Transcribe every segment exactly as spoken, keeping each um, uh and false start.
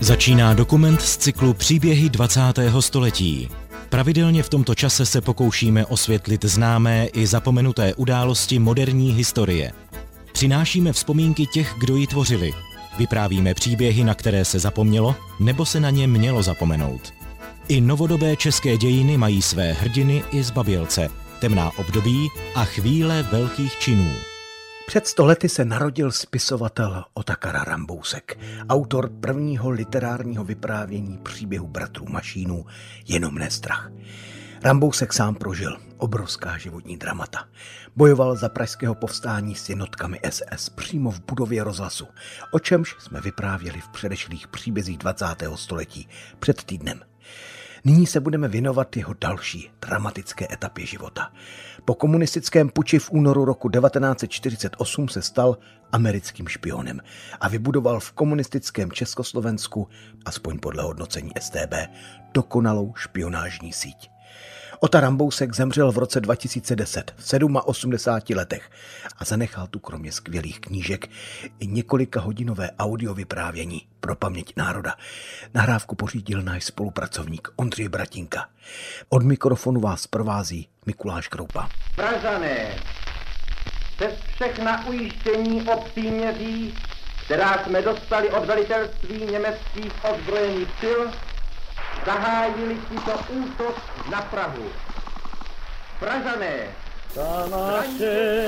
Začíná dokument z cyklu Příběhy dvacátého století. Pravidelně v tomto čase se pokoušíme osvětlit známé i zapomenuté události moderní historie. Přinášíme vzpomínky těch, kdo ji tvořili. Vyprávíme příběhy, na které se zapomnělo, nebo se na ně mělo zapomenout. I novodobé české dějiny mají své hrdiny i zbabělce, temná období a chvíle velkých činů. Před sto lety se narodil spisovatel Otakar Rambousek, autor prvního literárního vyprávění příběhu bratrů Mašínů Jenom ne strach. Rambousek sám prožil obrovská životní dramata. Bojoval za pražského povstání s jednotkami S S přímo v budově rozhlasu, o čemž jsme vyprávěli v předešlých příbězích dvacátého století před týdnem. Nyní se budeme věnovat jeho další dramatické etapě života. Po komunistickém puči v únoru roku devatenáct set čtyřicet osm se stal americkým špionem a vybudoval v komunistickém Československu, aspoň podle hodnocení S T B, dokonalou špionážní síť. Ota Rambousek zemřel v roce dva tisíce deset v osmdesáti sedmi letech a zanechal tu kromě skvělých knížek i několika hodinové audiovyprávění pro paměť národa. Nahrávku pořídil náš spolupracovník Ondřej Bratinka. Od mikrofonu vás provází Mikuláš Kroupa. Pražané, přes všechna ujištění o příměří, která jsme dostali od velitelství německých ozbrojených sil, zahájili tito útok na Prahu. Pražané, ta naše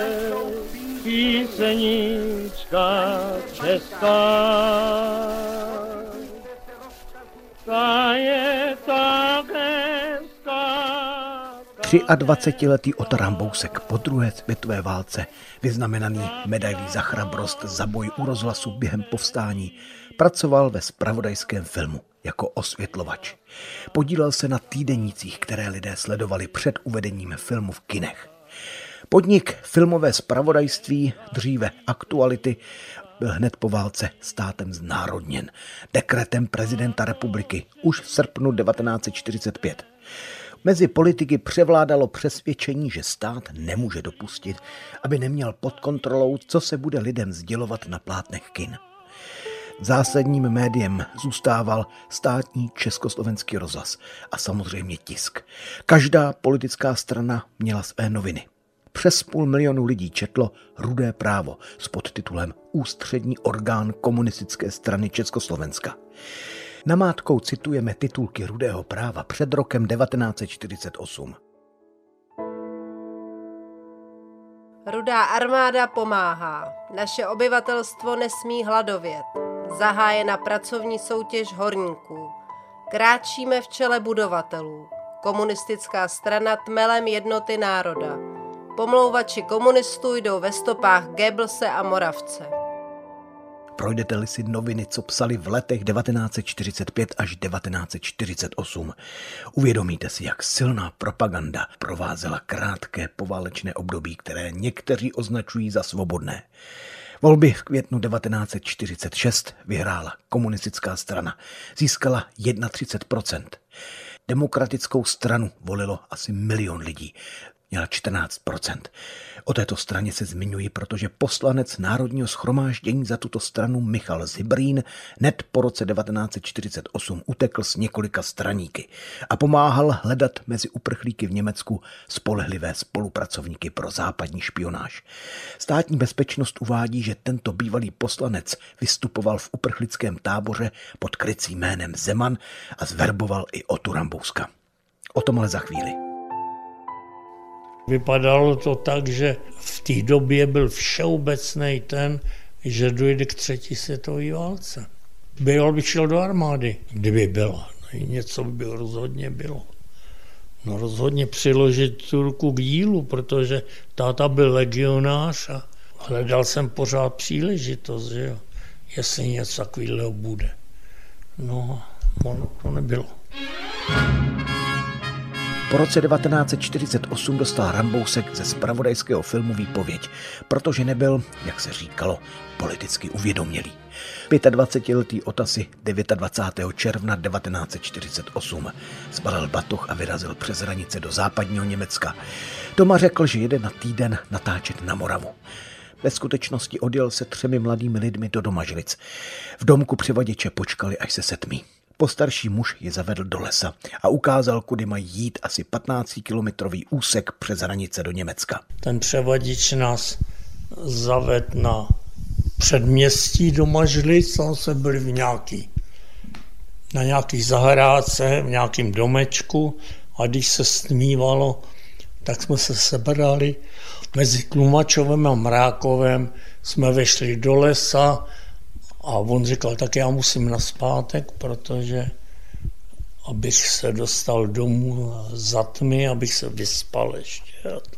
písenička česká, ta je tak hezká. dvacetiletý Ota Rambousek po druhé světové válce, vyznamenaný medailí za chrabrost za boj u rozhlasu během povstání, pracoval ve zpravodajském filmu jako osvětlovač. Podílel se na týdenících, které lidé sledovali před uvedením filmu v kinech. Podnik filmové zpravodajství, dříve Aktuality, byl hned po válce státem znárodněn dekretem prezidenta republiky už v srpnu devatenáct set čtyřicet pět. Mezi politiky převládalo přesvědčení, že stát nemůže dopustit, aby neměl pod kontrolou, co se bude lidem sdělovat na plátnech kin. Zásadním médiem zůstával státní Československý rozhlas a samozřejmě tisk. Každá politická strana měla své noviny. Přes půl milionu lidí četlo Rudé právo s podtitulem Ústřední orgán komunistické strany Československa. Namátkou citujeme titulky Rudého práva před rokem devatenáct set čtyřicet osm. Rudá armáda pomáhá. Naše obyvatelstvo nesmí hladovět. Zahájena pracovní soutěž horníků. Kráčíme v čele budovatelů. Komunistická strana tmelem jednoty národa. Pomlouvači komunistů jdou ve stopách Goebbelse a Moravce. Projdete-li si noviny, co psali v letech devatenáct set čtyřicet pět až devatenáct set čtyřicet osm, uvědomíte si, jak silná propaganda provázela krátké poválečné období, které někteří označují za svobodné. Volby v květnu devatenáct set čtyřicet šest vyhrála komunistická strana. Získala třicet jedna procent. Demokratickou stranu volilo asi milion lidí. Měla čtrnáct procent. O této straně se zmiňuji, protože poslanec Národního shromáždění za tuto stranu Michal Zibrín hned po roce devatenáct set čtyřicet osm utekl s několika straníky a pomáhal hledat mezi uprchlíky v Německu spolehlivé spolupracovníky pro západní špionáž. Státní bezpečnost uvádí, že tento bývalý poslanec vystupoval v uprchlickém táboře pod krycím jménem Zeman a zverboval i Otu Rambouska. O tom ale za chvíli. Vypadalo to tak, že v té době byl všeobecný ten, že dojde k třetí světové válce. Býval by šel do armády, kdyby byla. No, něco by rozhodně bylo. No rozhodně přiložit tu ruku k dílu, protože táta byl legionář a hledal jsem pořád příležitost, že jo, jestli něco takového bude. No, ono to nebylo. Po roce devatenáct set čtyřicet osm dostal Rambousek ze zpravodajského filmu výpověď, protože nebyl, jak se říkalo, politicky uvědomělý. dvacetiletý Ota si dvacátého devátého června devatenáct set čtyřicet osm zbalil batoh a vyrazil přes hranice do západního Německa. Doma řekl, že jede na týden natáčet na Moravu. Ve skutečnosti odjel se třemi mladými lidmi do Domažlic. V domku přivaděče počkali, až se setmí. Postarší muž je zavedl do lesa a ukázal, kudy mají jít asi patnáctikilometrový úsek přes hranice do Německa. Ten převaděč nás zaved na předměstí Domažlic, tam jsme byli v nějaký, na nějaký zahrádce, v nějakém domečku a když se stmívalo, tak jsme se sebrali. Mezi Klumačovem a Mrákovem jsme vešli do lesa a on říkal, tak já musím naspátek, protože abych se dostal domů za tmy, abych se vyspal ještě.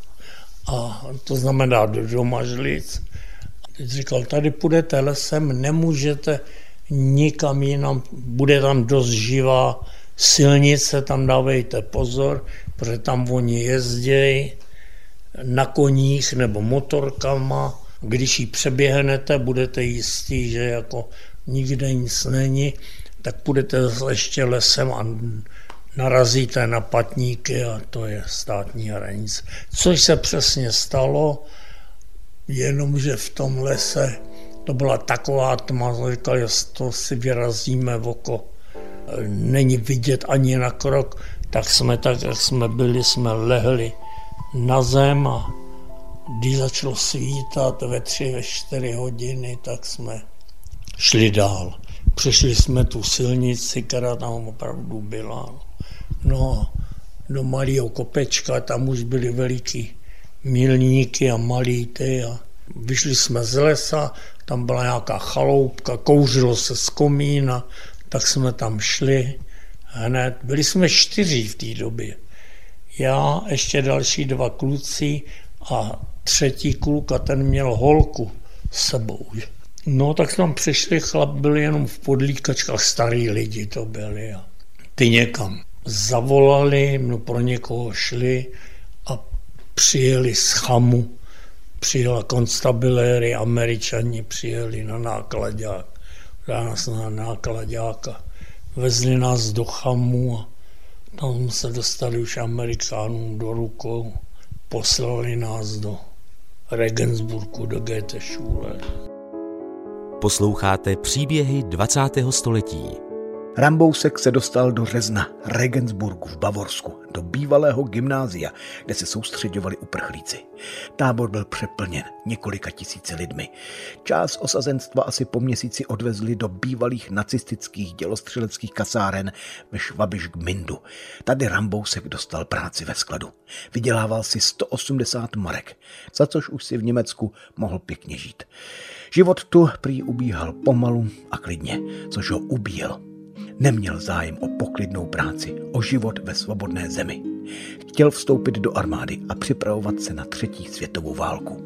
A to znamená do Domažlic. Teď říkal, tady půjdete lesem, nemůžete nikam jinam, bude tam dost živá silnice, tam dávejte pozor, protože tam oni jezdějí na koních nebo motorkama. Když ji přeběhnete, budete jistí, že jako nikde nic není, tak půjdete ještě lesem a narazíte na patníky a to je státní hranice. Což se přesně stalo, jenomže v tom lese to byla taková tma, říkali, to si vyrazíme v oko, není vidět ani na krok, tak jsme tak, jak jsme byli, jsme lehli na zem a když začalo svítat ve tři, ve čtyři hodiny, tak jsme šli dál. Přišli jsme tu silnici, která tam opravdu byla. No, do malého kopečka, tam už byly veliký milníky a malý ty a vyšli jsme z lesa, tam byla nějaká chaloupka, kouřilo se z komína, tak jsme tam šli hned. Byli jsme čtyři v té době. Já, ještě další dva kluci a třetí kluk a ten měl holku s sebou. No tak tam přišli, chlap byl jenom v podlíkačkách, starý lidi to byli. A ty někam zavolali, no pro někoho šli a přijeli z Chamu. Přijela konstabiléry, Američani přijeli na nákladák, dá nás na nákladáka. Vezli nás do Chamu a tam se dostali už Američanům do rukou. Poslali nás do Regensburgu, do Goethe Schule. Posloucháte příběhy dvacátého století. Rambousek se dostal do Řezna, Regensburgu v Bavorsku, do bývalého gymnázia, kde se soustředovali uprchlíci. Tábor byl přeplněn několika tisíci lidmi. Část osazenstva asi po měsíci odvezli do bývalých nacistických dělostřeleckých kasáren ve Švabiš-Gmindu. Tady Rambousek dostal práci ve skladu. Vydělával si sto osmdesát marek, za což už si v Německu mohl pěkně žít. Život tu prý ubíhal pomalu a klidně, což ho ubíjel. Neměl zájem o poklidnou práci, o život ve svobodné zemi. Chtěl vstoupit do armády a připravovat se na třetí světovou válku.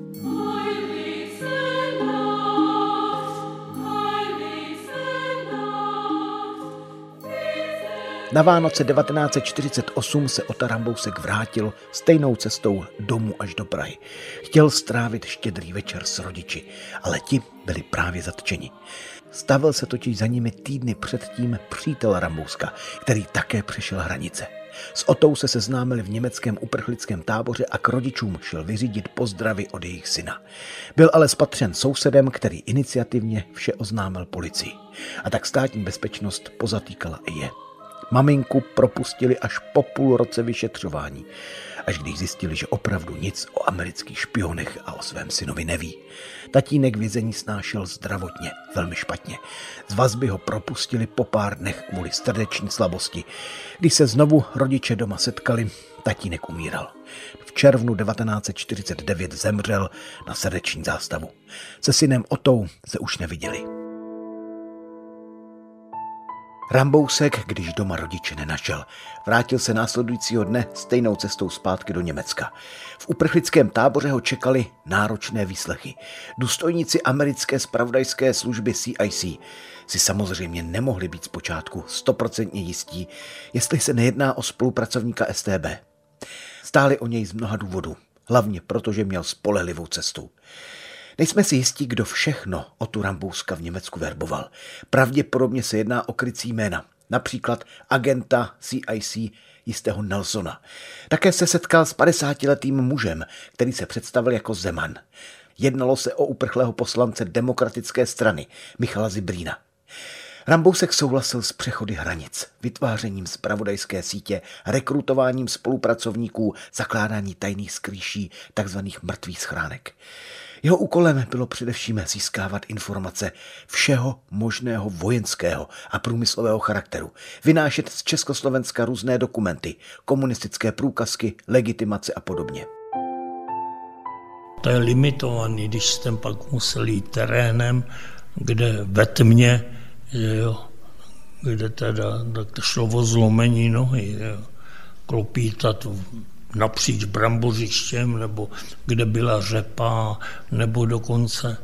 Na Vánoce devatenáct set čtyřicet osm se Ota Rambousek vrátil stejnou cestou domů až do Prahy. Chtěl strávit štědrý večer s rodiči, ale ti byli právě zatčeni. Stavil se totiž za nimi týdny předtím přítel Rambouska, který také přešel hranice. S Otou se seznámili v německém uprchlickém táboře a k rodičům šel vyřídit pozdravy od jejich syna. Byl ale spatřen sousedem, který iniciativně vše oznámil policii. A tak státní bezpečnost pozatýkala i je. Maminku propustili až po půl roce vyšetřování, až když zjistili, že opravdu nic o amerických špionech a o svém synovi neví. Tatínek vězení snášel zdravotně, velmi špatně. Z vazby ho propustili po pár dnech kvůli srdeční slabosti. Když se znovu rodiče doma setkali, tatínek umíral. V červnu devatenáct set čtyřicet devět zemřel na srdeční zástavu. Se synem Otou se už neviděli. Rambousek, když doma rodiče nenašel, vrátil se následujícího dne stejnou cestou zpátky do Německa. V uprchlickém táboře ho čekaly náročné výslechy. Důstojníci americké zpravodajské služby C I C si samozřejmě nemohli být zpočátku stoprocentně jistí, jestli se nejedná o spolupracovníka S T B. Stáli o něj z mnoha důvodů, hlavně protože měl spolehlivou cestu. Nejsme si jistí, kdo všechno Otu Rambouska v Německu verboval. Pravděpodobně se jedná o krycí jména, například agenta C I C jistého Nelsona. Také se setkal s padesátiletým mužem, který se představil jako Zeman. Jednalo se o uprchlého poslance Demokratické strany Michala Zibrína. Rambousek souhlasil s přechody hranic, vytvářením zpravodajské sítě, rekrutováním spolupracovníků, zakládání tajných skrýší, takzvaných mrtvých schránek. Jeho úkolem bylo především získávat informace všeho možného vojenského a průmyslového charakteru, vynášet z Československa různé dokumenty, komunistické průkazky, legitimace a podobně. To je limitovaný, když jste pak musel jít terénem, kde ve tmě, že jo, kde teda tak šlo o zlomení nohy, jo, klopítat napříč brambořištěm, nebo kde byla řepa, nebo dokonce e,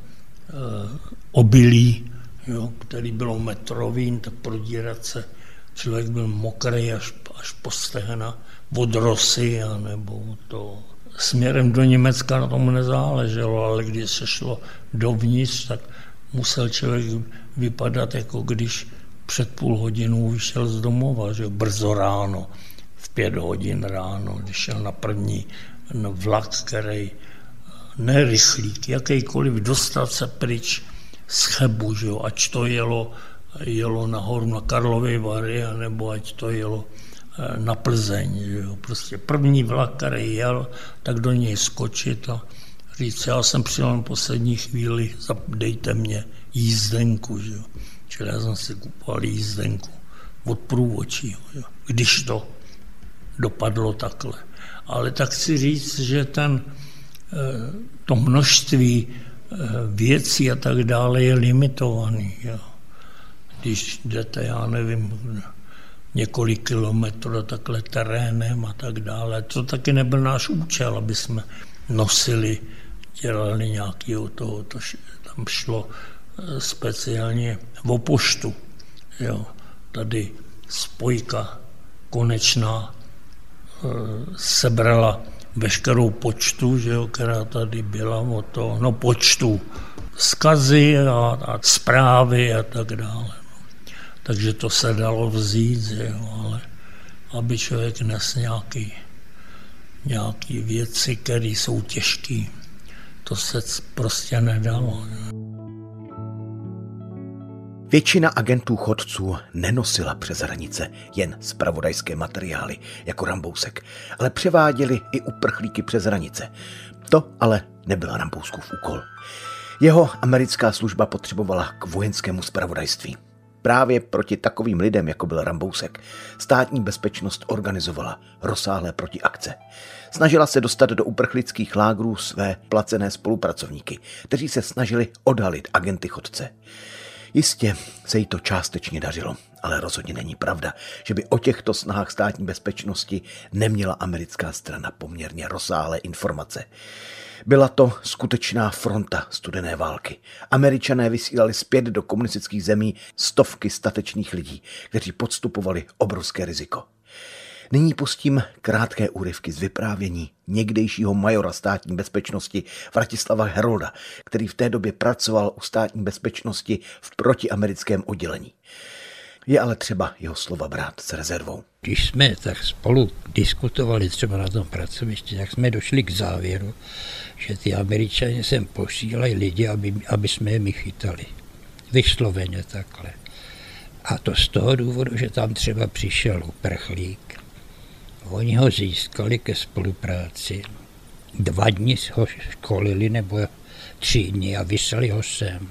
obilí, jo, který bylo metrový, tak prodírat se, člověk byl mokrý až, až po stehna, od rosy, nebo to. Směrem do Německa na tom nezáleželo, ale když se šlo dovnitř, tak musel člověk vypadat, jako když před půl hodinou vyšel z domova, že brzo ráno, v pět hodin ráno, když šel na první vlak, který ne rychlík, jakýkoliv, dostat se pryč z Chebu, že jo, ať to jelo, jelo nahoru na Karlovy Vary, nebo ať to jelo na Plzeň. Že jo. Prostě první vlak, který jel, tak do něj skočit a říct, já jsem přijel na poslední chvíli, dejte mě jízdenku. Že jo. Čili já jsem si kupoval jízdenku od průvodčího, jo. Když to dopadlo takhle. Ale tak chci říct, že ten, to množství věcí a tak dále je limitovaný. Jo. Když jdete, já nevím, několik kilometrů takhle terénem a tak dále. To taky nebyl náš účel, aby jsme nosili, dělali nějakého toho, to tam šlo speciálně o poštu. Jo. Tady spojka konečná e, sebrala veškerou počtu, že jo, která tady byla o to, no počtu, vzkazy a, a zprávy a tak dále. Takže to se dalo vzít, jo, ale aby člověk nes nějaký, nějaký věci, které jsou těžké, to se prostě nedalo. Většina agentů chodců nenosila přes hranice jen zpravodajské materiály, jako Rambousek, ale převáděli i uprchlíky přes hranice. To ale nebyl Rambouskův úkol. Jeho americká služba potřebovala k vojenskému zpravodajství. Právě proti takovým lidem, jako byl Rambousek, státní bezpečnost organizovala rozsáhlé protiakce. Snažila se dostat do uprchlických lágrů své placené spolupracovníky, kteří se snažili odhalit agenty chodce. Jistě se jí to částečně dařilo, ale rozhodně není pravda, že by o těchto snahách státní bezpečnosti neměla americká strana poměrně rozsáhlé informace. Byla to skutečná fronta studené války. Američané vysílali zpět do komunistických zemí stovky statečných lidí, kteří podstupovali obrovské riziko. Nyní pustím krátké úryvky z vyprávění někdejšího majora státní bezpečnosti Vratislava Herolda, který v té době pracoval u státní bezpečnosti v protiamerickém oddělení. Je ale třeba jeho slova brát s rezervou. Když jsme tak spolu diskutovali třeba na tom pracovišti, tak jsme došli k závěru, že ty Američané sem posílají lidi, aby, aby jsme je my chytali. Vysloveně takhle. A to z toho důvodu, že tam třeba přišel uprchlík. Oni ho získali ke spolupráci. Dva dny ho školili, nebo tři dny a vyslali ho sem.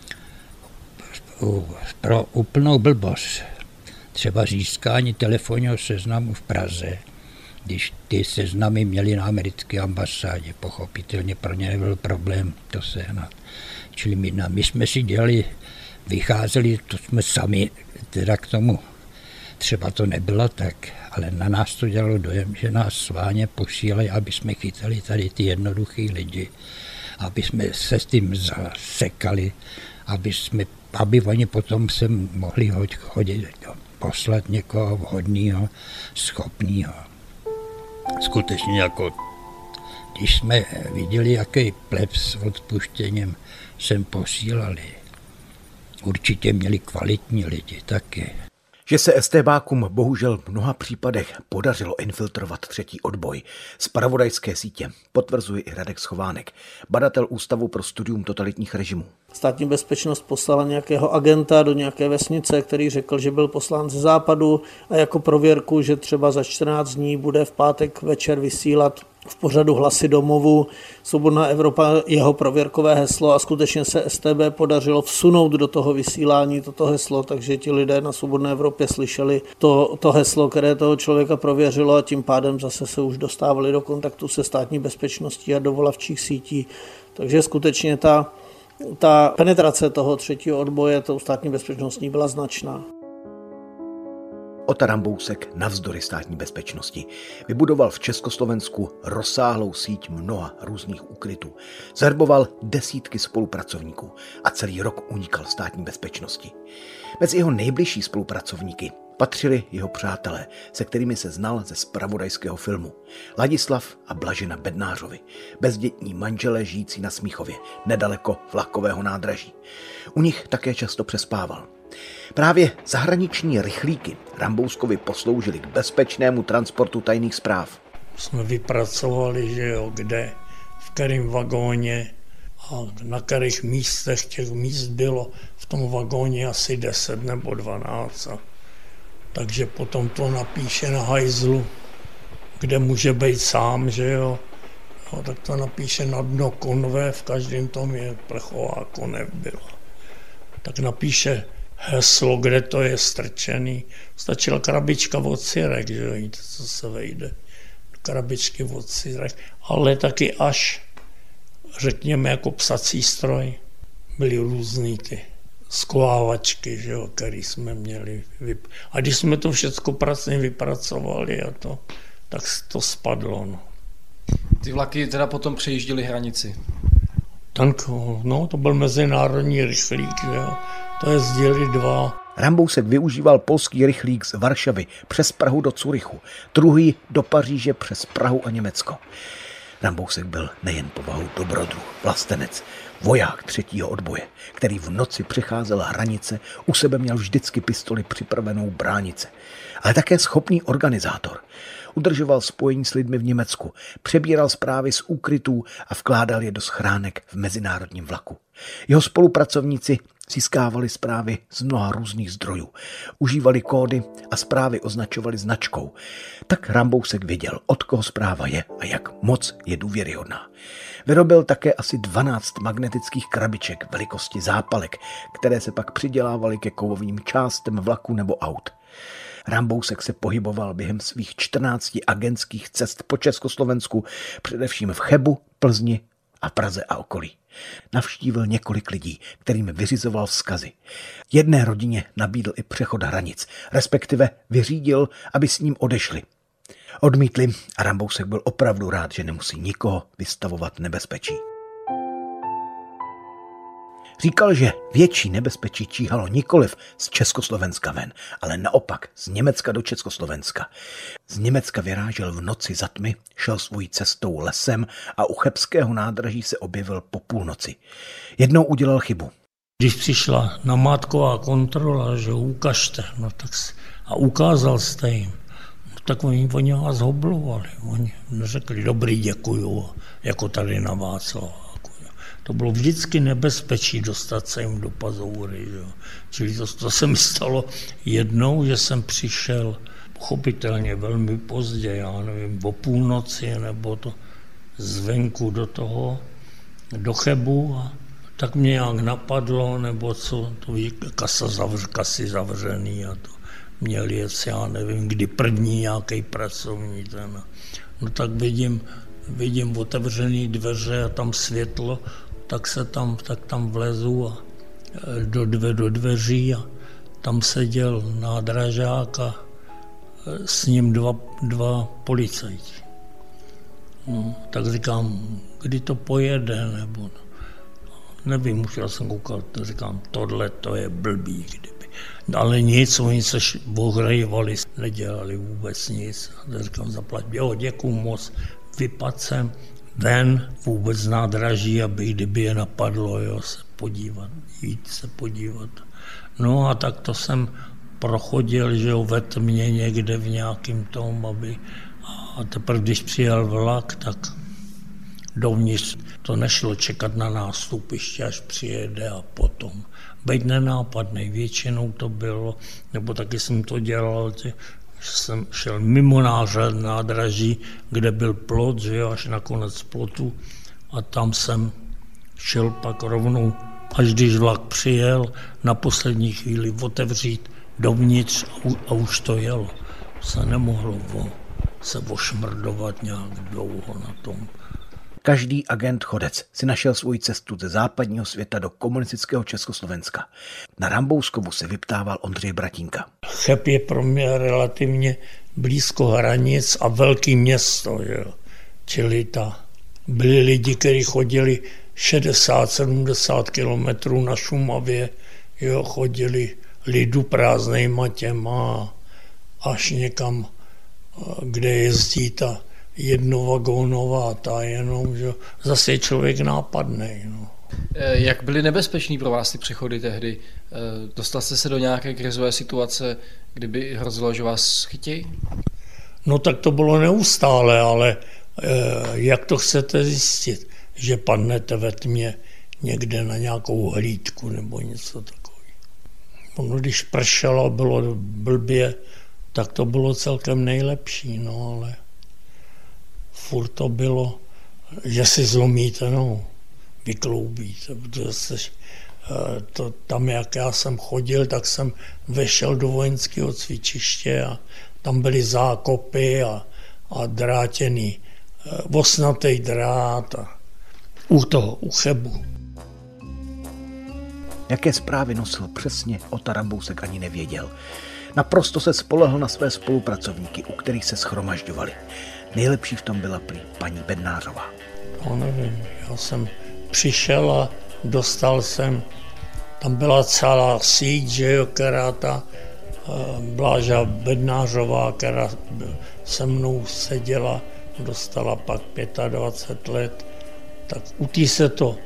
Pro úplnou blbost. Třeba získání telefonního seznamu v Praze, když ty seznamy měli na americké ambasádě, pochopitelně pro ně nebyl problém to sehnat. Čili my, my jsme si dělali, vycházeli, to jsme sami teda k tomu, třeba to nebylo tak, ale na nás to dělalo dojem, že nás sváně posílají, aby jsme chytali tady ty jednoduchý lidi, aby jsme se s tím zasekali, aby, jsme, aby oni potom se mohli chodit, poslat někoho vhodného, schopného. Skutečně jako, když jsme viděli, jaký pleb s odpuštěním sem posílali, určitě měli kvalitní lidi taky. Že se estébákům bohužel v mnoha případech podařilo infiltrovat třetí odboj zpravodajské sítě, potvrzuje i Radek Schovánek, badatel Ústavu pro studium totalitních režimů. Státní bezpečnost poslala nějakého agenta do nějaké vesnice, který řekl, že byl poslán ze západu a jako prověrku, že třeba za čtrnáct dní bude v pátek večer vysílat v pořadu Hlasy domovu Svobodná Evropa jeho prověrkové heslo a skutečně se S T B podařilo vsunout do toho vysílání toto heslo, takže ti lidé na Svobodné Evropě slyšeli to, to heslo, které toho člověka prověřilo a tím pádem zase se už dostávali do kontaktu se státní bezpečností a dovolavčích sítí. Takže skutečně ta, ta penetrace toho třetího odboje tou státní bezpečnostní byla značná. Ota Rambousek navzdory státní bezpečnosti vybudoval v Československu rozsáhlou síť mnoha různých úkrytů. Zverboval desítky spolupracovníků a celý rok unikal státní bezpečnosti. Mezi jeho nejbližší spolupracovníky patřili jeho přátelé, se kterými se znal ze zpravodajského filmu. Ladislav a Blažena Bednářovi, bezdětní manželé žijící na Smíchově, nedaleko vlakového nádraží. U nich také často přespával. Právě zahraniční rychlíky Rambouskovi posloužili k bezpečnému transportu tajných zpráv. Jsme vypracovali, že jo, kde, v kterém vagóně a na kterých místech těch míst bylo v tom vagóně asi deset nebo dvanáct. Takže potom to napíše na hajzlu, kde může být sám, že jo. No, tak to napíše na dno konve, v každém tom je plechová konev byla. Tak napíše heslo, kde to je strčený. Stačila krabička od syrek, že víte, co se vejde. Krabičky od syrek, ale taky až, řekněme, jako psací stroj. Byly různý ty skovávačky, že jo, který jsme měli. A když jsme to všechno pracně vypracovali a to, tak to spadlo. No. Ty vlaky teda potom přejížděly hranici? Tak, no, to byl mezinárodní rychlík, že jo. To jezdili dva. Rambousek využíval polský rychlík z Varšavy přes Prahu do Curychu, druhý do Paříže přes Prahu a Německo. Rambousek byl nejen povahou dobrodruh, vlastenec, voják třetího odboje, který v noci přecházel hranice, u sebe měl vždycky pistoli připravenou bránit se, ale také schopný organizátor. Udržoval spojení s lidmi v Německu, přebíral zprávy z úkrytů a vkládal je do schránek v mezinárodním vlaku. Jeho spolupracovníci získávali zprávy z mnoha různých zdrojů, užívali kódy a zprávy označovali značkou. Tak Rambousek věděl, od koho zpráva je a jak moc je důvěryhodná. Vyrobil také asi dvanáct magnetických krabiček velikosti zápalek, které se pak přidělávaly ke kovovým částem vlaku nebo aut. Rambousek se pohyboval během svých čtrnácti agentských cest po Československu, především v Chebu, Plzni a Praze a okolí. Navštívil několik lidí, kterým vyřizoval vzkazy. Jedné rodině nabídl i přechod hranic, respektive vyřídil, aby s ním odešli. Odmítli a Rambousek byl opravdu rád, že nemusí nikoho vystavovat nebezpečí. Říkal, že větší nebezpečí číhalo nikoliv z Československa ven, ale naopak z Německa do Československa. Z Německa vyrážel v noci za tmy, šel svojí cestou lesem a u chebského nádraží se objevil po půlnoci. Jednou udělal chybu. Když přišla namátková kontrola, že ukažte, no tak a ukázal jste jim, no tak oni, oni vás hoblovali. Oni řekli, dobrý, děkuju, jako tady na Václaváku. To bylo vždycky nebezpečí dostat se jim do pazoury. Jo. Čili to, to se mi stalo jednou, že jsem přišel pochopitelně velmi pozdě, já nevím, o půlnoci nebo to zvenku do toho, do Chebu a tak mě nějak napadlo, nebo co, to ví, kasa zavř, kasy zavřený a to měli jet, já nevím, kdy první nějaký pracovní ten. No tak vidím, vidím otevřený dveře a tam světlo, tak se tam, tak tam vlezu a do, dve, do dveří a tam seděl nádražák a s ním dva, dva policajti. No, tak říkám, kdy to pojede, nebo nevím, už já jsem koukal, říkám, tohle to je blbý, kdyby. Ale nic, oni se ohrajovali, nedělali vůbec nic. A říkám, zaplať, jo, děkuju moc, vypadl jsem ven vůbec z nádraží, aby kdyby je napadlo, jo, se podívat, jít se podívat. No a tak to jsem prochodil, že jo, ve tmě někde v nějakým tom, aby... A teprve, když přijel vlak, tak dovnitř to nešlo čekat na nástupiště, až přijede a potom. Být nenápadnej, většinou to bylo, nebo taky jsem to dělal, že jsem šel mimo nádraží, kde byl plot, že jo, až na konec plotu a tam jsem šel pak rovnou, až když vlak přijel, na poslední chvíli otevřít dovnitř a už to jelo. Se nemohlo se ošmrdovat nějak dlouho na tom. Každý agent chodec si našel svou cestu ze západního světa do komunistického Československa. Na Rambouskovu se vyptával Ondřej Bratínka. Cheb je pro mě relativně blízko hranic a velký město, jo. Čili ta, byli lidi, kteří chodili šedesát sedmdesát kilometrů na Šumavě, jo, chodili lidu prázdnejma těma až někam, kde jezdí ta jednovagónová, ta jenom, že zase je člověk nápadnej. No. Jak byly nebezpečný pro vás ty přechody tehdy? Dostal jste se do nějaké krizové situace, kdyby hrozilo, že vás chytí? No tak to bylo neustále, ale jak to chcete zjistit, že padnete ve tmě někde na nějakou hlídku nebo něco takového. No, když pršelo, bylo blbě, tak to bylo celkem nejlepší, no ale furt to bylo, že si zlomíte, no, vykloubíte, protože seš, to, tam, jak já jsem chodil, tak jsem vešel do vojenského cvičiště a tam byly zákopy a, a drátěný, osnatý drát a u toho, u chebu. Jaké zprávy nosil přesně, Ota Rambousek ani nevěděl. Naprosto se spolehl na své spolupracovníky, u kterých se shromažďovali. Nejlepší v tom byla prý paní Bednářová. No nevím, já jsem přišel a dostal jsem, tam byla celá síť, že jo, která ta Bláža Bednářová, která se mnou seděla, dostala pak dvacet pět let, tak u té se to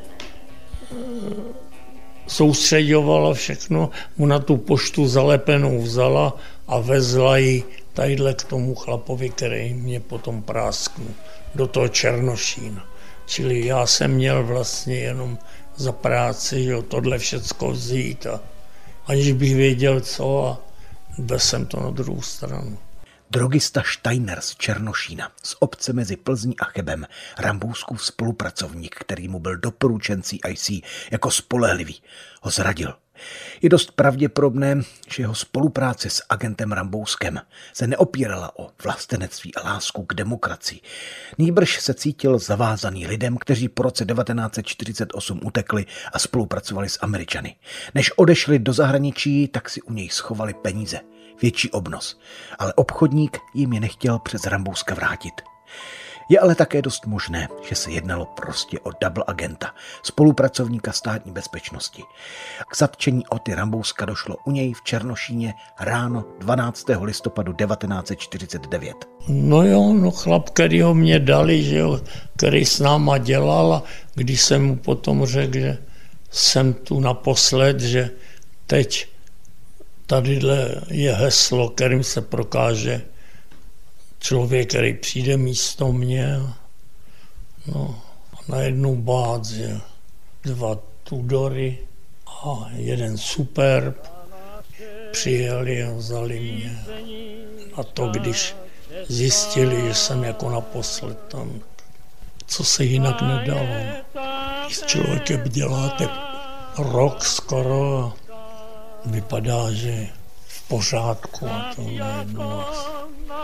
soustředovalo všechno, ona tu poštu zalepenou vzala a vezla ji tadyhle k tomu chlapovi, který mě potom prásknul, do toho Černošína. Čili já jsem měl vlastně jenom za práci, že tohle všecko vzít a aniž bych věděl co a vez jsem to na druhou stranu. Drogista Steiner z Černošína, z obce mezi Plzní a Chebem, Rambouskův spolupracovník, který mu byl doporučen C I C jako spolehlivý, ho zradil. Je dost pravděpodobné, že jeho spolupráce s agentem Rambouskem se neopírala o vlastenectví a lásku k demokracii. Nýbrž se cítil zavázaný lidem, kteří po roce devatenáct set čtyřicet osm utekli a spolupracovali s Američany. Než odešli do zahraničí, tak si u něj schovali peníze. Větší obnos, ale obchodník jim je nechtěl přes Rambouska vrátit. Je ale také dost možné, že se jednalo prostě o double agenta, spolupracovníka státní bezpečnosti. K zatčení Oty Rambouska došlo u něj v Černošíně ráno dvanáctého listopadu devatenáct set čtyřicet devět. No jo, no chlap, který ho mě dali, že jo, který s náma dělal a když jsem mu potom řekl, že jsem tu naposled, že teď tadyhle je heslo, kterým se prokáže člověk, který přijde místo mě. No, a najednou bác, že dva Tudory a jeden Superb přijeli a vzali mě. A to, když zjistili, že jsem jako naposled tam, co se jinak nedalo. Když s člověkem děláte rok skoro a vypadá, že v pořádku a to najednou nás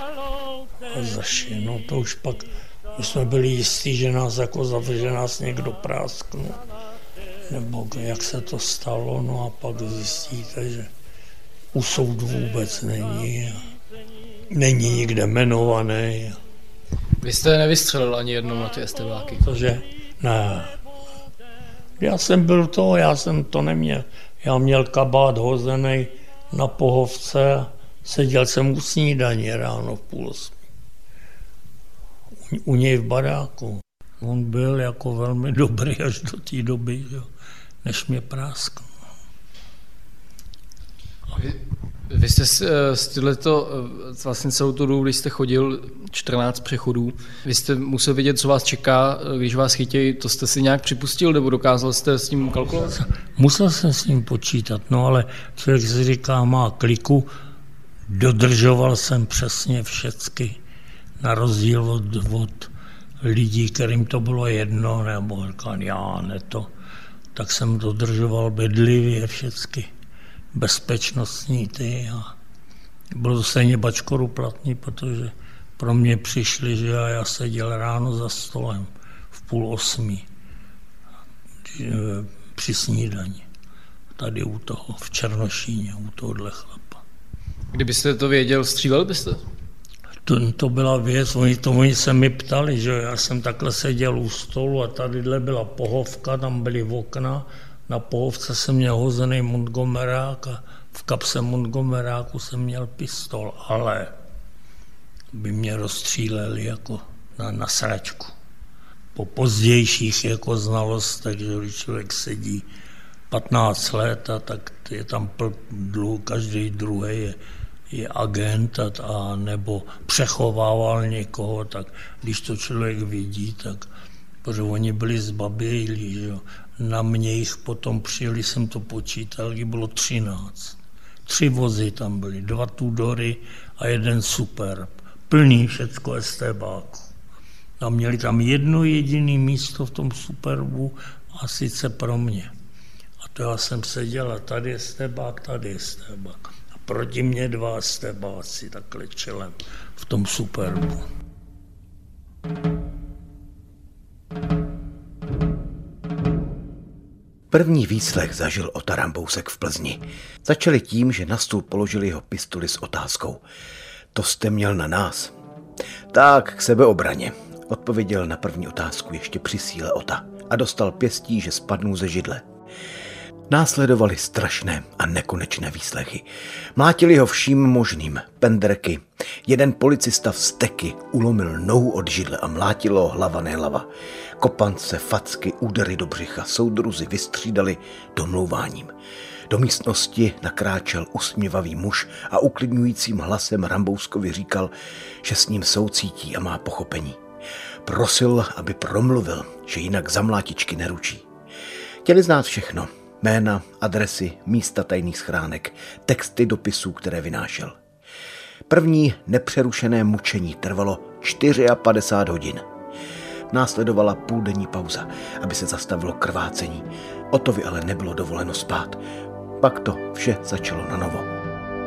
zaši. No to už pak, už jsme byli jistí, že nás jako zavře, nás někdo prásknul. Nebo jak se to stalo, no a pak zjistíte, že u soudu vůbec není. Není nikde jmenovaný. Vy jste nevystřelil ani jednou na ty estebáky? Protože ne. Já jsem byl to, já jsem to neměl. Já měl kabát hozený na pohovce a seděl jsem u snídaní ráno v půl osmi. U, u něj v baráku. On byl jako velmi dobrý až do té doby, jo, než mě prásknul. Vy, Vy jste z tyhleto, vlastně celou tu dobu, když jste chodil čtrnáct přechodů, vy jste musel vědět, co vás čeká, když vás chytějí, to jste si nějak připustil, nebo dokázal jste s tím kalkulovat? Musel jsem s ním počítat, no ale člověk si říká, má kliku, dodržoval jsem přesně všecky, na rozdíl od, od lidí, kterým to bylo jedno, nebo říkal, já ne to, tak jsem dodržoval bedlivě všecky. Bezpečnostní ty a bylo to stejně bačkoruplatný, protože pro mě přišli, že já seděl ráno za stolem v půl osmi při snídani. Tady u toho, v Černošíně, u tohohle chlapa. Kdybyste to věděl, střílel byste? To, to byla věc, oni, to oni se mi ptali, že já jsem takhle seděl u stolu a tadyhle byla pohovka, tam byly okna. Na pohovce jsem měl hozený Montgomerák a v kapse Montgomeráku jsem měl pistol, ale by mě rozstříleli jako na, na sračku. Po pozdějších jako znalostech, že když člověk sedí patnáct let, a tak je tam pl, každý druhý je, je agent a, a nebo přechovával někoho, tak když to člověk vidí, tak protože oni byli zbabělí, že jo. Na mě jich potom přijeli, jsem to počítal, jich bylo třináct. Tři vozy tam byly, dva Tudory a jeden Superb. Plný všecko estébáku. A měli tam jedno jediné místo v tom Superbu a sice pro mě. A to já jsem seděl a tady je estébák, tady je estébák. A proti mě dva estébáci takhle čelem v tom Superbu. První výslech zažil Ota Rambousek v Plzni. Začali tím, že na stůl položili jeho pistoli s otázkou. To jste měl na nás? Tak, k sebeobraně, odpověděl na první otázku ještě při síle Ota a dostal pěstí, že spadnul ze židle. Následovaly strašné a nekonečné výslechy. Mlátili ho vším možným, pendreky. Jeden policista vzteky ulomil nohu od židle a mlátilo ho hlava nehlava. Kopance, facky, údery do břicha soudruzi vystřídali domlouváním. Do místnosti nakráčel usměvavý muž a uklidňujícím hlasem Rambouskovi říkal, že s ním soucítí a má pochopení. Prosil, aby promluvil, že jinak za mlátičky neručí. Chtěli znát všechno. Jména, adresy, místa tajných schránek, texty dopisů, které vynášel. První nepřerušené mučení trvalo padesát čtyři hodin. Následovala půldenní pauza, aby se zastavilo krvácení. Otovi ale nebylo dovoleno spát. Pak to vše začalo na novo.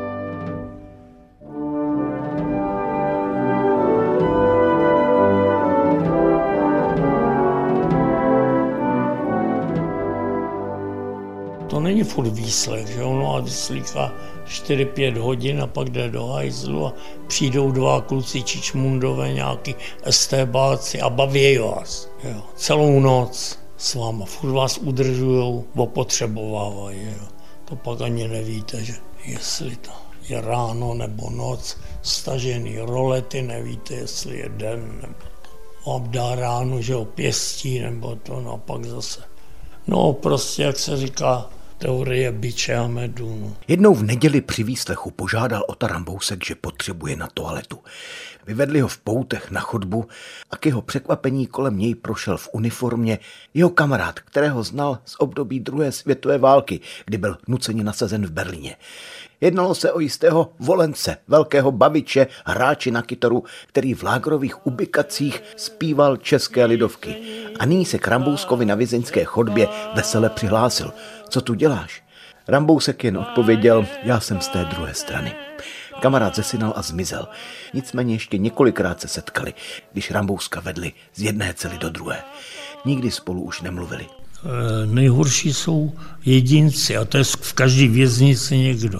To není furt výslech, že ono a vyslýchá čtyři pět hodin a pak jde do hajzlu a přijdou dva kluci čičmundové, nějaký estébáci a baví vás. Jo. Celou noc s váma, furt vás udržujou, opotřebovávají. Jo. To pak ani nevíte, že jestli to je ráno nebo noc, stažený rolety, nevíte, jestli je den nebo to. Vám dá ráno, že ho pěstí nebo to, no a pak zase. No prostě, jak se říká, teorie biče a medu. No. Jednou v neděli při výslechu požádal Ota Rambousek, že potřebuje na toaletu. Vyvedli ho v poutech na chodbu a k jeho překvapení kolem něj prošel v uniformě jeho kamarád, kterého znal z období druhé světové války, kdy byl nuceně nasazen v Berlíně. Jednalo se o jistého Volence, velkého baviče, hráči na kytaru, který v lágrových ubikacích zpíval české lidovky. A nyní se k Rambouskovi na vězeňské chodbě vesele přihlásil. Co tu děláš? Rambousek jen odpověděl, já jsem z té druhé strany. Kamarád zesinal a zmizel. Nicméně ještě několikrát se setkali, když Rambouska vedli z jedné cely do druhé. Nikdy spolu už nemluvili. E, nejhorší jsou jedinci a to je v každé věznici někdo.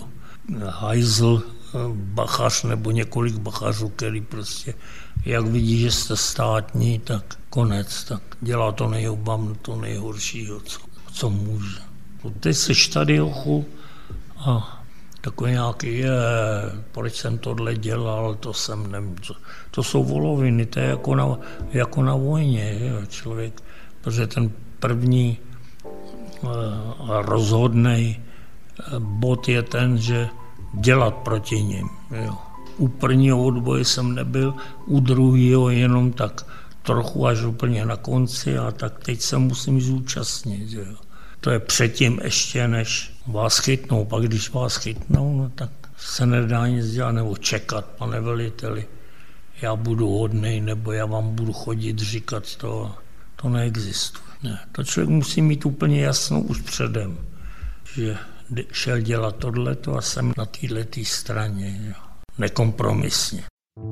Hajzl, bachař nebo několik bachařů, který prostě, jak vidí, že jste státní, tak konec, tak dělá to nejobam, to nejhoršího, co, co může. Ty seš tady, ochu, a takový nějaký, je, proč jsem tohle dělal, to jsem nevím, to, to jsou voloviny, to je jako na, jako na vojně, jo, člověk, protože ten první uh, rozhodnej bod je ten, že dělat proti nim. Jo. U prvního odboje jsem nebyl, u druhého jenom tak trochu až úplně na konci a tak teď se musím zúčastnit. Jo. To je předtím ještě, než vás chytnou. Pak když vás chytnou, no tak se nedá nic dělat nebo čekat, pane veliteli. Já budu hodnej, nebo já vám budu chodit říkat to. To neexistuje. Ne. To člověk musí mít úplně jasnou už předem, že šel dělat tohleto a jsem na této straně. Jo. Nekompromisně.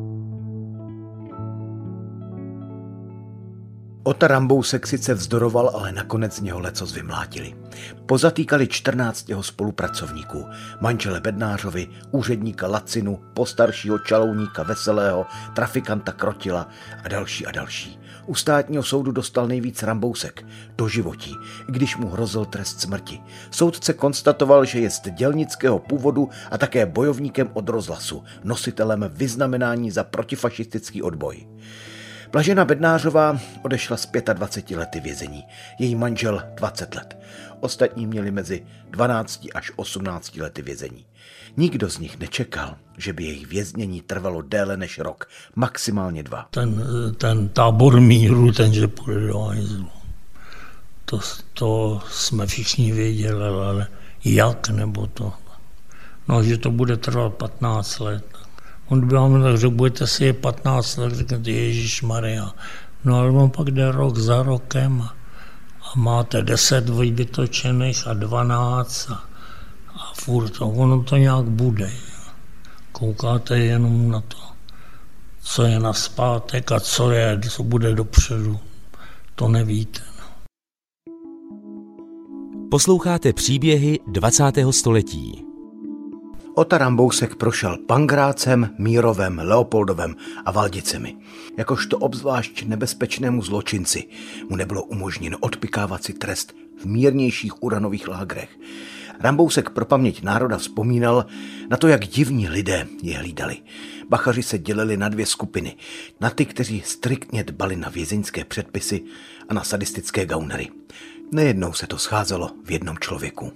Ota Rambousek sice vzdoroval, ale nakonec z něho lecos vymlátili. Pozatýkali čtrnáct jeho spolupracovníků, manžele Bednářovi, úředníka Lacinu, postaršího čalouníka Veselého, trafikanta Krotila a další a další. U státního soudu dostal nejvíc Rambousek, doživotí, i když mu hrozil trest smrti. Soudce konstatoval, že je z dělnického původu a také bojovníkem od rozhlasu, nositelem vyznamenání za protifašistický odboj. Blažena Bednářová odešla z dvaceti pěti lety vězení, její manžel dvacet let. Ostatní měli mezi dvanácti až osmnácti lety vězení. Nikdo z nich nečekal, že by jejich věznění trvalo déle než rok, maximálně dva. Ten, ten tábor míru, ten, že půjde do hajzlu. To, to jsme všichni věděli, ale jak nebo to. No, že to bude trvat patnáct let. On by vám tak řekl, budete si je patnáct let, řeknete Ježišmarja. No ale on pak jde rok za rokem a, a máte deset vytočených a dvanáct a, a furt to, ono to nějak bude. Koukáte jenom na to, co je nazpátek a co je, co bude dopředu. To nevíte. Posloucháte příběhy dvacátého století. Ota Rambousek prošel Pangrácem, Mírovem, Leopoldovem a Valdicemi. Jakožto obzvlášť nebezpečnému zločinci mu nebylo umožněno odpikávat si trest v mírnějších uranových lágrech. Rambousek pro paměť národa vzpomínal na to, jak divní lidé je hlídali. Bachaři se dělili na dvě skupiny. Na ty, kteří striktně dbali na vězeňské předpisy a na sadistické gaunery. Nejednou se to scházelo v jednom člověku.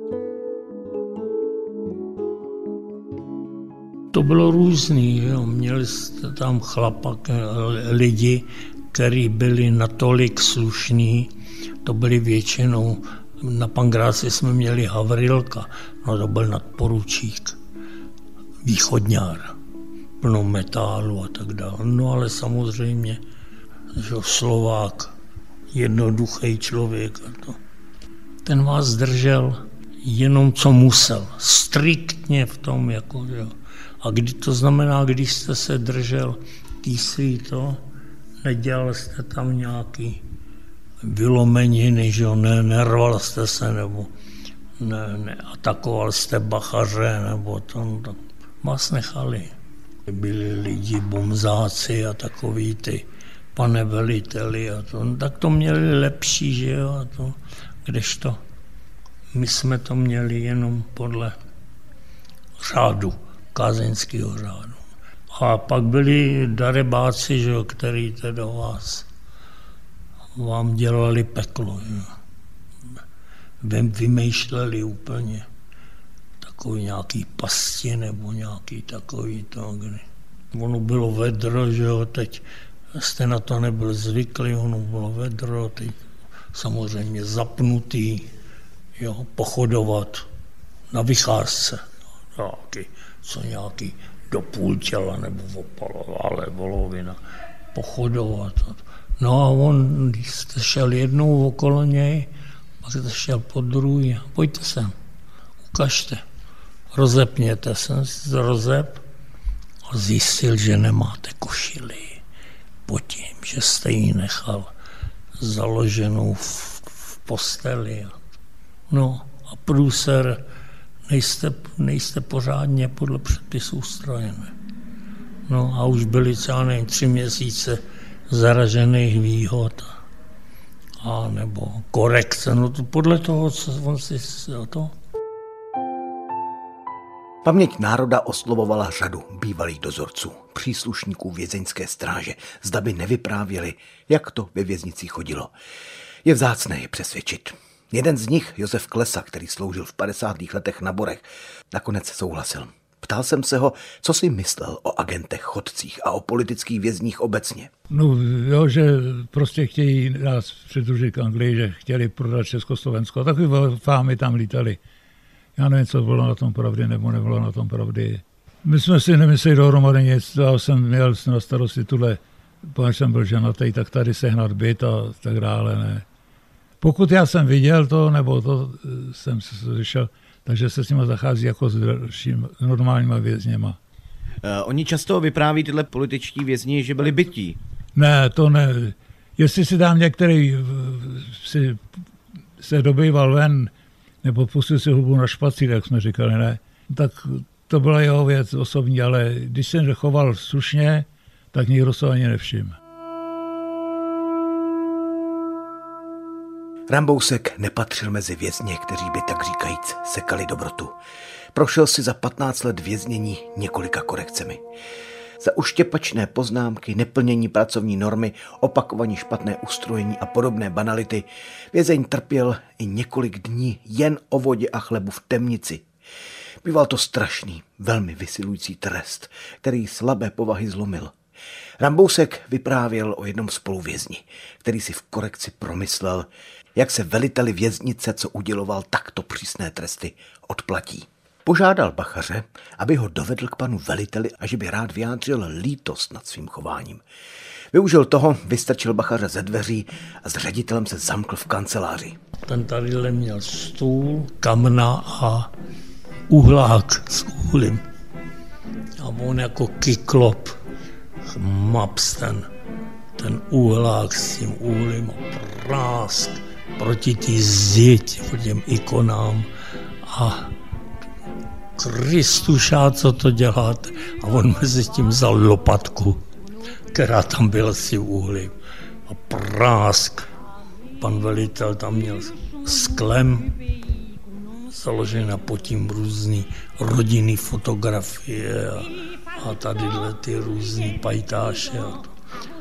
To bylo různý, jo. Měli jste tam chlapak, lidi, kteří byli natolik slušní, to byli většinou, na Pangráci jsme měli Havrilka, no to byl nadporučík, východňár, plno metálu a tak dále. No ale samozřejmě, že Slovák, jednoduchý člověk a to. Ten vás držel jenom co musel, striktně v tom, jako jo. A kdy to znamená, když jste se držel týsví to, nedělal jste tam nějaký vylomeniny, že jo, ne, nerval jste se, nebo ne, neatakoval jste bachaře, nebo to, no, tak vás nechali. Byli lidi, bomzáci a takový ty pane veliteli a to, no, tak to měli lepší, že jo, a to, kdežto my jsme to měli jenom podle řádu, kázeňského řádu. A pak byli darebáci, že jo, který teda vás, vám dělali peklo. Že? Vymýšleli úplně takový nějaký pasti nebo nějaký takový to, kdy ono bylo vedro, že jo, teď jste na to nebyl zvyklý, ono bylo vedro, teď samozřejmě zapnutý, jo, pochodovat na vycházce, nějaký, co nějaký do půl těla nebo opalová volovina, pochodovat. No a on, když jste šel jednou okolo něj, pak jste šel po druhý, pojďte sem, ukažte, rozepněte se, rozep a zjistil, že nemáte košili po tím, že jste ji nechal založenou v, v posteli. No a průser, nejste, nejste pořádně podle předpisů ustrojené. No a už byly třeba nevím, tři měsíce zaražených výhod a nebo korekce, no to podle toho, co on si to. Paměť národa oslovovala řadu bývalých dozorců, příslušníků vězeňské stráže, zda by nevyprávěli, jak to ve věznici chodilo. Je vzácné je přesvědčit. Jeden z nich, Josef Klesa, který sloužil v padesátých letech na Borech, nakonec souhlasil. Ptal jsem se ho, co si myslel o agentech, chodcích a o politických vězních obecně. No jo, že prostě chtějí nás přidružit k Anglii, že chtěli prodat Československo. Takové fámy tam lítali. Já nevím, co bylo na tom pravdy, nebo nebylo na tom pravdy. My jsme si nemysleli dohromady nic. Já jsem měl na starosti tuhle, když jsem byl ženatý, tak tady sehnat byt a tak dále. Ne. Pokud já jsem viděl to, nebo to jsem se slyšel, takže se s nimi zachází jako s dalšími normálníma vězněma. Uh, oni často vypráví tyhle političtí vězni, že byli bytí. Ne, to ne. Jestli si tam některý si se dobýval ven, nebo pustil si hubu na špacír, jak jsme říkali, ne, tak to byla jeho věc osobní, ale když jsem choval slušně, tak nikdo se ani nevšiml. Rambousek nepatřil mezi vězně, kteří by tak říkajíc sekali dobrotu. Prošel si za patnáct let věznění několika korekcemi. Za uštěpačné poznámky, neplnění pracovní normy, opakovaní špatné ustrojení a podobné banality vězeň trpěl i několik dní jen o vodě a chlebu v temnici. Býval to strašný, velmi vysilující trest, který slabé povahy zlomil. Rambousek vyprávěl o jednom spoluvězni, který si v korekci promyslel, jak se veliteli věznice, co uděloval takto přísné tresty, odplatí. Požádal bachaře, aby ho dovedl k panu veliteli a že by rád vyjádřil lítost nad svým chováním. Využil toho, vystrčil bachaře ze dveří a s ředitelem se zamkl v kanceláři. Ten tadyhle měl stůl, kamna a uhlák s uhlím. A on jako kyklop maps ten, ten uhlák s tím uhlím a prásk proti té zdi, proti těm ikonám a Kristuša, co to děláte? A on mezi tím vzal lopatku, která tam byla s tím uhlím. A prásk. Pan velitel tam měl sklem, založený pod tím různý rodinný fotografie a, a tadyhle ty různý pajtáše. A to.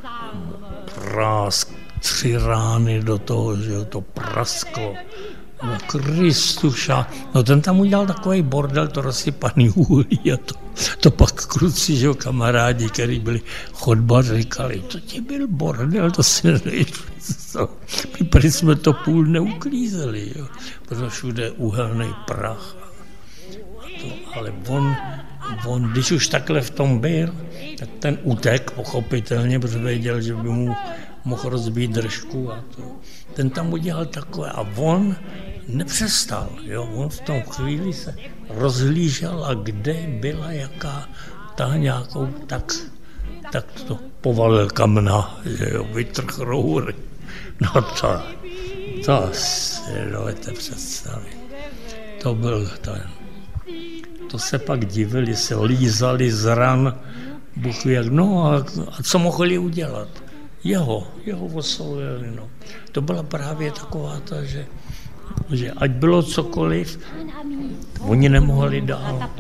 Prásk, tři rány do toho, že to prasklo. No Kristuša, no ten tam udělal takový bordel, to rozsypaný uhlí a to, to pak kluci, že jo, kamarádi, který byli chodbaři, říkali, to ti byl bordel, to si nevěděl. My prý jsme to půl neuklízeli, jo, protože všude je uhelný prach. A to, ale on, on, když už takhle v tom byl, tak ten utek, pochopitelně, protože věděl, že by mu mohl rozbít držku a to. Ten tam udělal takové a on nepřestal, jo, on v tom chvíli se rozhlížel a kde byla jaká ta nějakou, tak, tak to povalil kamna, že jo, vytrh roury. No to, to si dovedete představit. To byl ten. To se pak divili, se lízali z ran, Bůh ví jak, no a, a co mohli udělat? Jeho, jeho oslovili, no. To byla právě taková ta, že, že ať bylo cokoliv, oni nemohli dál.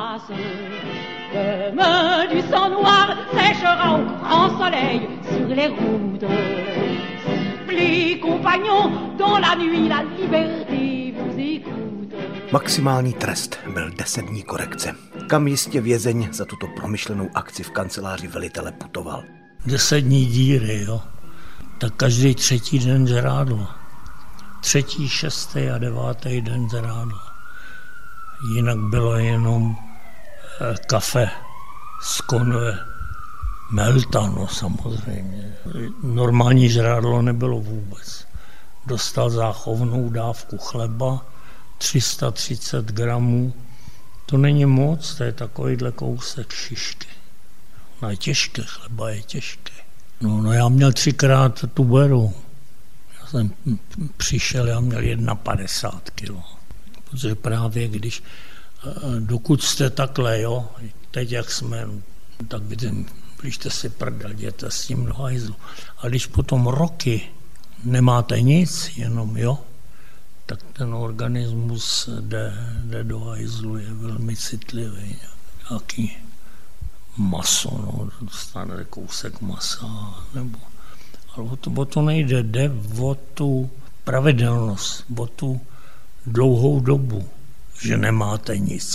Maximální trest byl deset dní korekce, kam jistě vězeň za tuto promyšlenou akci v kanceláři velitele putoval. Deset dní díry, jo. Tak každý třetí den žrádlo. Třetí, šestý a devátý den žrádlo. Jinak bylo jenom eh, kafe z konve, melta, no samozřejmě. Normální žrádlo nebylo vůbec. Dostal záchovnou dávku chleba, tři sta třicet gramů. To není moc, to je takovýhle kousek šišky. No je těžké, chleba je těžké. No, no já měl třikrát tu beru. Já jsem přišel, já měl padesát jedna kilo. Protože právě když, dokud jste takhle, jo, teď jak jsme, tak byste si prdel, jděte s tím do hajzlu. A když potom roky nemáte nic, jenom jo, tak ten organismus jde, jde do hajzlu, je velmi citlivý. Nějaký maso, no, dostane kousek masa, nebo, ale o to, o to nejde, jde o tu pravidelnost, o tu dlouhou dobu, že nemáte nic.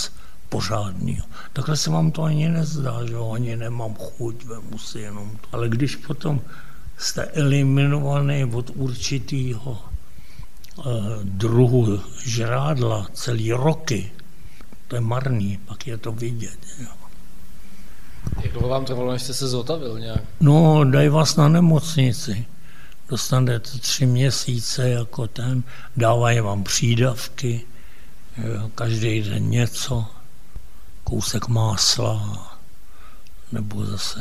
pořádného. Takhle se vám to ani nezdá, že jo, ani nemám chuť, vemu si jenom to. Ale když potom jste eliminovaný od určitého eh, druhu žrádla celý roky, to je marný, pak je to vidět. Jo. Jak dlouho vám trvalo, než jste se zotavil nějak? No, dají vás na nemocnici. Dostanete tři měsíce jako ten, dávají vám přídavky, jo, každý den něco, kousek másla, nebo zase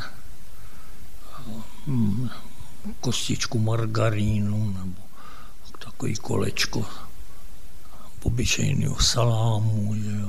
hm, kostičku margarínu, nebo takový kolečko obyčejného salámu. Jo.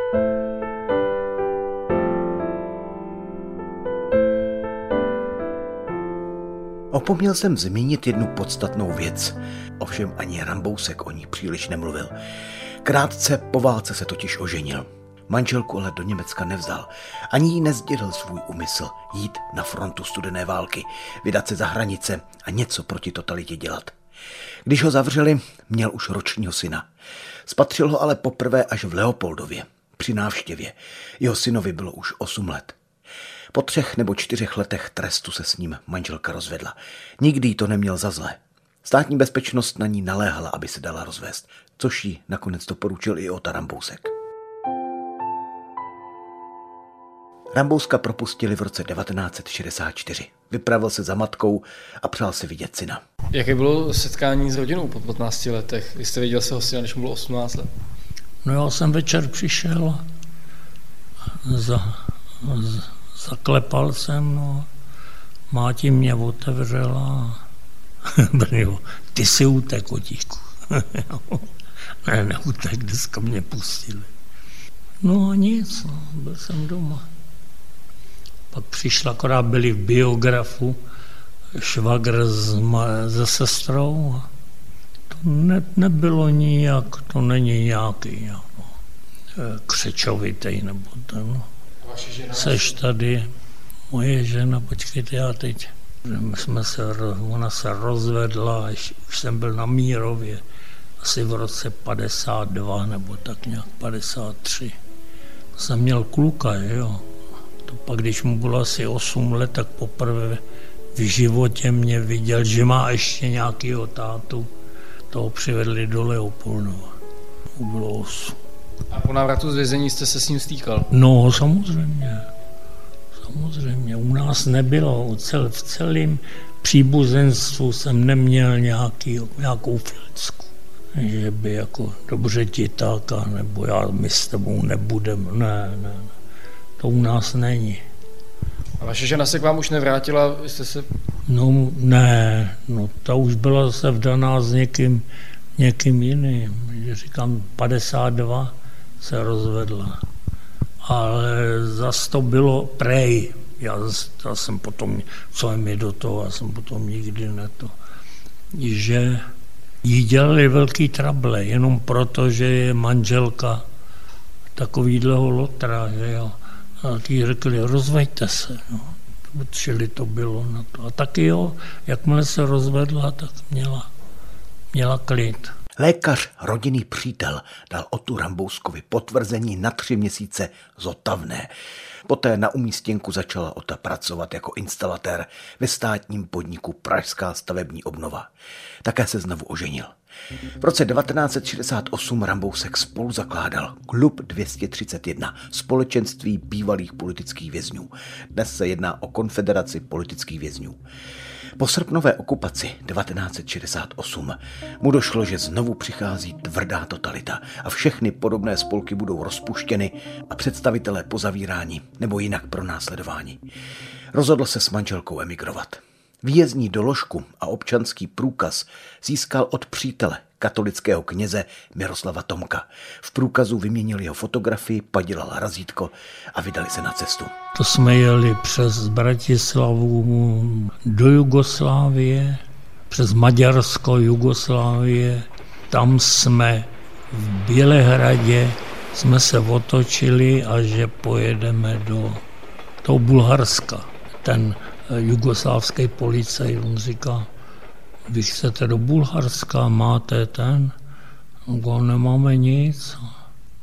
Opomněl jsem zmínit jednu podstatnou věc, ovšem ani Rambousek o ní příliš nemluvil. Krátce po válce se totiž oženil. Manželku ale do Německa nevzal. Ani jí nezdědil svůj úmysl jít na frontu studené války, vydat se za hranice a něco proti totalitě dělat. Když ho zavřeli, měl už ročního syna. Spatřil ho ale poprvé až v Leopoldově, při návštěvě. Jeho synovi bylo už osm let. Po třech nebo čtyřech letech trestu se s ním manželka rozvedla. Nikdy jí to neměl za zlé. Státní bezpečnost na ní naléhala, aby se dala rozvést, což jí nakonec doporučil i Ota Rambousek. Rambouska propustili v roce devatenáct set šedesát čtyři. Vypravil se za matkou a přál si vidět syna. Jaké bylo setkání s rodinou po patnácti letech? Vy jste viděl svého syna, když mu bylo osmnáct let? No já jsem večer přišel, za, za, zaklepal jsem, no, máti mě otevřela. Brňo, ty si utek, otíku. Ne, neutek, dneska mě pustili. No a nic, no, byl jsem doma. Pak přišla, akorát byli v biografu, švagr s, se sestrou. To ne, nebylo nijak, to není nějaký no, křečovitej nebo ten. No. Seš tady, moje žena, počkejte, já teď, jsme se, ona se rozvedla, už jsem byl na Mírově, asi v roce padesát dva nebo tak nějak padesát tři. Jsem měl kluka, jo. To pak, když mu bylo asi osm let, tak poprvé v životě mě viděl, že má ještě nějakýho tátu. Toho přivedli do Leopoldova. To bylo osm. A po návratu z vězení jste se s ním stýkal? No, samozřejmě. Samozřejmě. U nás nebylo. V celém příbuzenstvu jsem neměl nějaký, nějakou filcku. Že by jako dobře ti táka, nebo já, my s tebou nebudem. Ne, ne, ne. To u nás není. A vaše žena se k vám už nevrátila? Jste se... No ne, no ta už byla zase vdaná s někým, někým jiným. Říkám, padesát dva se rozvedla. Ale zas to bylo prej. Já, já jsem potom, co je mi do toho, já jsem potom nikdy neto. Že jí dělali velký trable, jenom proto, že je manželka takovýhleho lotra, že jo. A ti řekli, rozveďte se, no. Čili to bylo na to. A taky jo, jakmile se rozvedla, tak měla, měla klid. Lékař, rodinný přítel, dal Otu Rambouskovi potvrzení na tři měsíce zotavné. Poté na umístěnku začala Ota pracovat jako instalatér ve státním podniku Pražská stavební obnova. Také se znovu oženil. V roce devatenáct set šedesát osm Rambousek spolu zakládal Klub dvě stě třicet jedna, společenství bývalých politických vězňů. Dnes se jedná o konfederaci politických vězňů. Po srpnové okupaci devatenáct set šedesát osm mu došlo, že znovu přichází tvrdá totalita a všechny podobné spolky budou rozpuštěny a představitelé pozavíráni nebo jinak pronásledováni. Rozhodl se s manželkou emigrovat. Výjezdní doložku a občanský průkaz získal od přítele, katolického kněze Miroslava Tomka. V průkazu vyměnil jeho fotografii, padělal razítko a vydali se na cestu. To jsme jeli přes Bratislavu do Jugoslávie, přes Maďarsko, Jugoslávie. Tam jsme v Bělehradě jsme se otočili a že pojedeme do toho Bulharska. Ten jugoslávský policaj, on říká, vy chcete do Bulharska, máte ten? No, nemáme nic.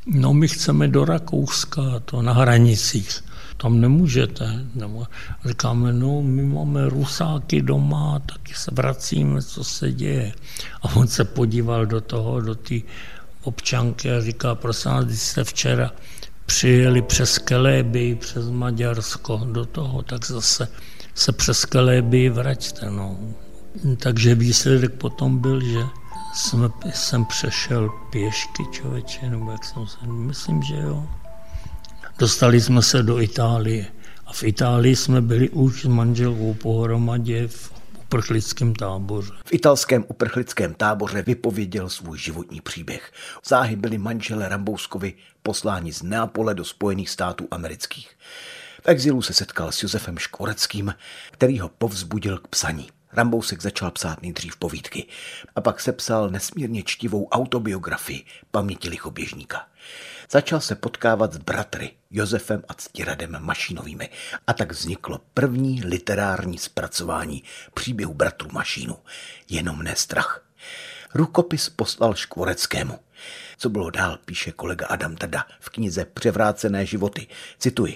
No my chceme do Rakouska, to na hranicích. Tam nemůžete. Říkáme, no my máme Rusáky doma, taky se vracíme, co se děje. A on se podíval do toho, do té občanky a říká, prosím vás, když jste včera přijeli přes Kelébii, přes Maďarsko do toho, tak zase se přes Kelébii vraťte. No. Takže výsledek potom byl, že jsme, jsem přešel pěšky, člověče, nebo jak jsem se, myslím, že jo. Dostali jsme se do Itálie a v Itálii jsme byli už s manželkou pohromadě v uprchlickém táboře. V italském uprchlickém táboře vypověděl svůj životní příběh. Záhy byli manželé Rambouskovi posláni z Neapole do Spojených států amerických. V exilu se setkal s Josefem Škvoreckým, který ho povzbudil k psaní. Rambousek začal psát nejdřív povídky a pak sepsal nesmírně čtivou autobiografii Paměti lichoběžníka. Začal se potkávat s bratry Josefem a Ctiradem Mašínovými a tak vzniklo první literární zpracování příběhu bratrů Mašínů, Jenom ne strach. Rukopis poslal Škvoreckému. Co bylo dál, píše kolega Adam Trda v knize Převrácené životy. Cituji.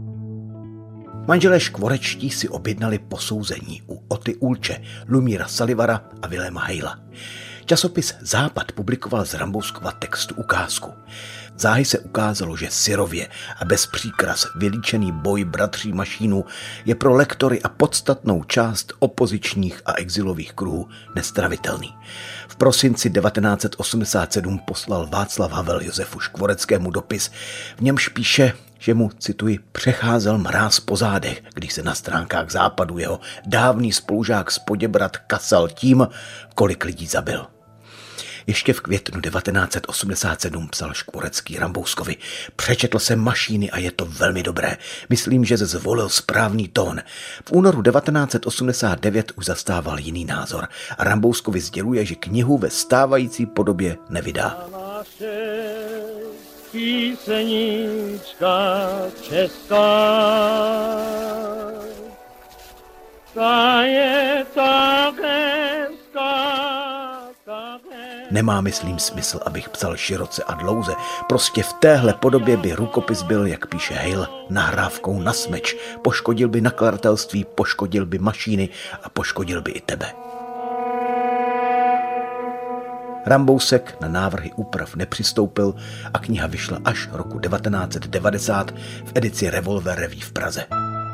Manželé Škvorečtí si objednali posouzení u Oty Ulče, Lumíra Salivara a Viléma Hejla. Časopis Západ publikoval z Rambouskova textu ukázku. Záhy se ukázalo, že syrově a bez příkras vylíčený boj bratří Mašínů je pro lektory a podstatnou část opozičních a exilových kruhů nestravitelný. V prosinci devatenáct set osmdesát sedm poslal Václav Havel Josefu Škvoreckému dopis, v němž píše, že mu, cituji, přecházel mráz po zádech, když se na stránkách Západu jeho dávný spolužák z Poděbrad kasal tím, kolik lidí zabil. Ještě v květnu devatenáct set osmdesát sedm psal Škvorecký Rambouskovi. Přečetl jsem Mašíny a je to velmi dobré. Myslím, že se zvolil správný tón. V únoru devatenáct set osmdesát devět už zastával jiný názor a Rambouskovi sděluje, že knihu ve stávající podobě nevydá. Písenička česká, ta je tak hezká. Nemá, myslím, smysl, abych psal široce a dlouze. Prostě v téhle podobě by rukopis byl, jak píše Hejl, nahrávkou na smeč. Poškodil by nakladatelství, poškodil by Mašíny a poškodil by i tebe. Rambousek na návrhy úprav nepřistoupil a kniha vyšla až roku devatenáct set devadesát v edici Revolver Revue v Praze.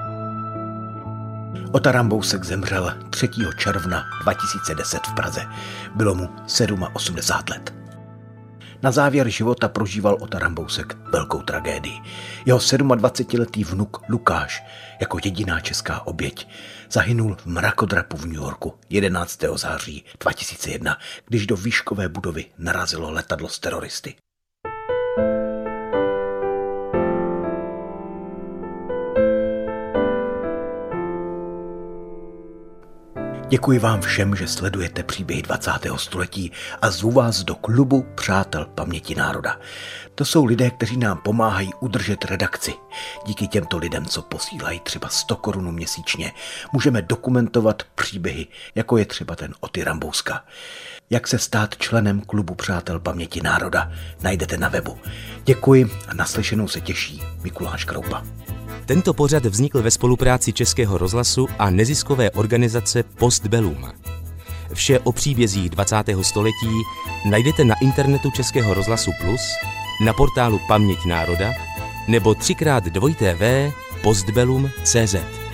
Ota Rambousek zemřel třetího června dva tisíce deset v Praze. Bylo mu osmdesát sedm let. Na závěr života prožíval Ota Rambousek velkou tragédii. Jeho sedmadvacetiletý vnuk Lukáš, jako jediná česká oběť, zahynul v mrakodrapu v New Yorku jedenáctého září dva tisíce jedna, když do výškové budovy narazilo letadlo s teroristy. Děkuji vám všem, že sledujete příběhy dvacátého století a zvu vás do klubu Přátel paměti národa. To jsou lidé, kteří nám pomáhají udržet redakci. Díky těmto lidem, co posílají třeba sto korun měsíčně, můžeme dokumentovat příběhy, jako je třeba ten Oty Rambouska. Jak se stát členem klubu Přátel paměti národa, najdete na webu. Děkuji a naslyšenou se těší Mikuláš Kroupa. Tento pořad vznikl ve spolupráci Českého rozhlasu a neziskové organizace Postbellum. Vše o příbězích dvacátého století najdete na internetu Českého rozhlasu Plus, na portálu Paměť národa nebo třikrát dvojité v postbellum tečka cé zet.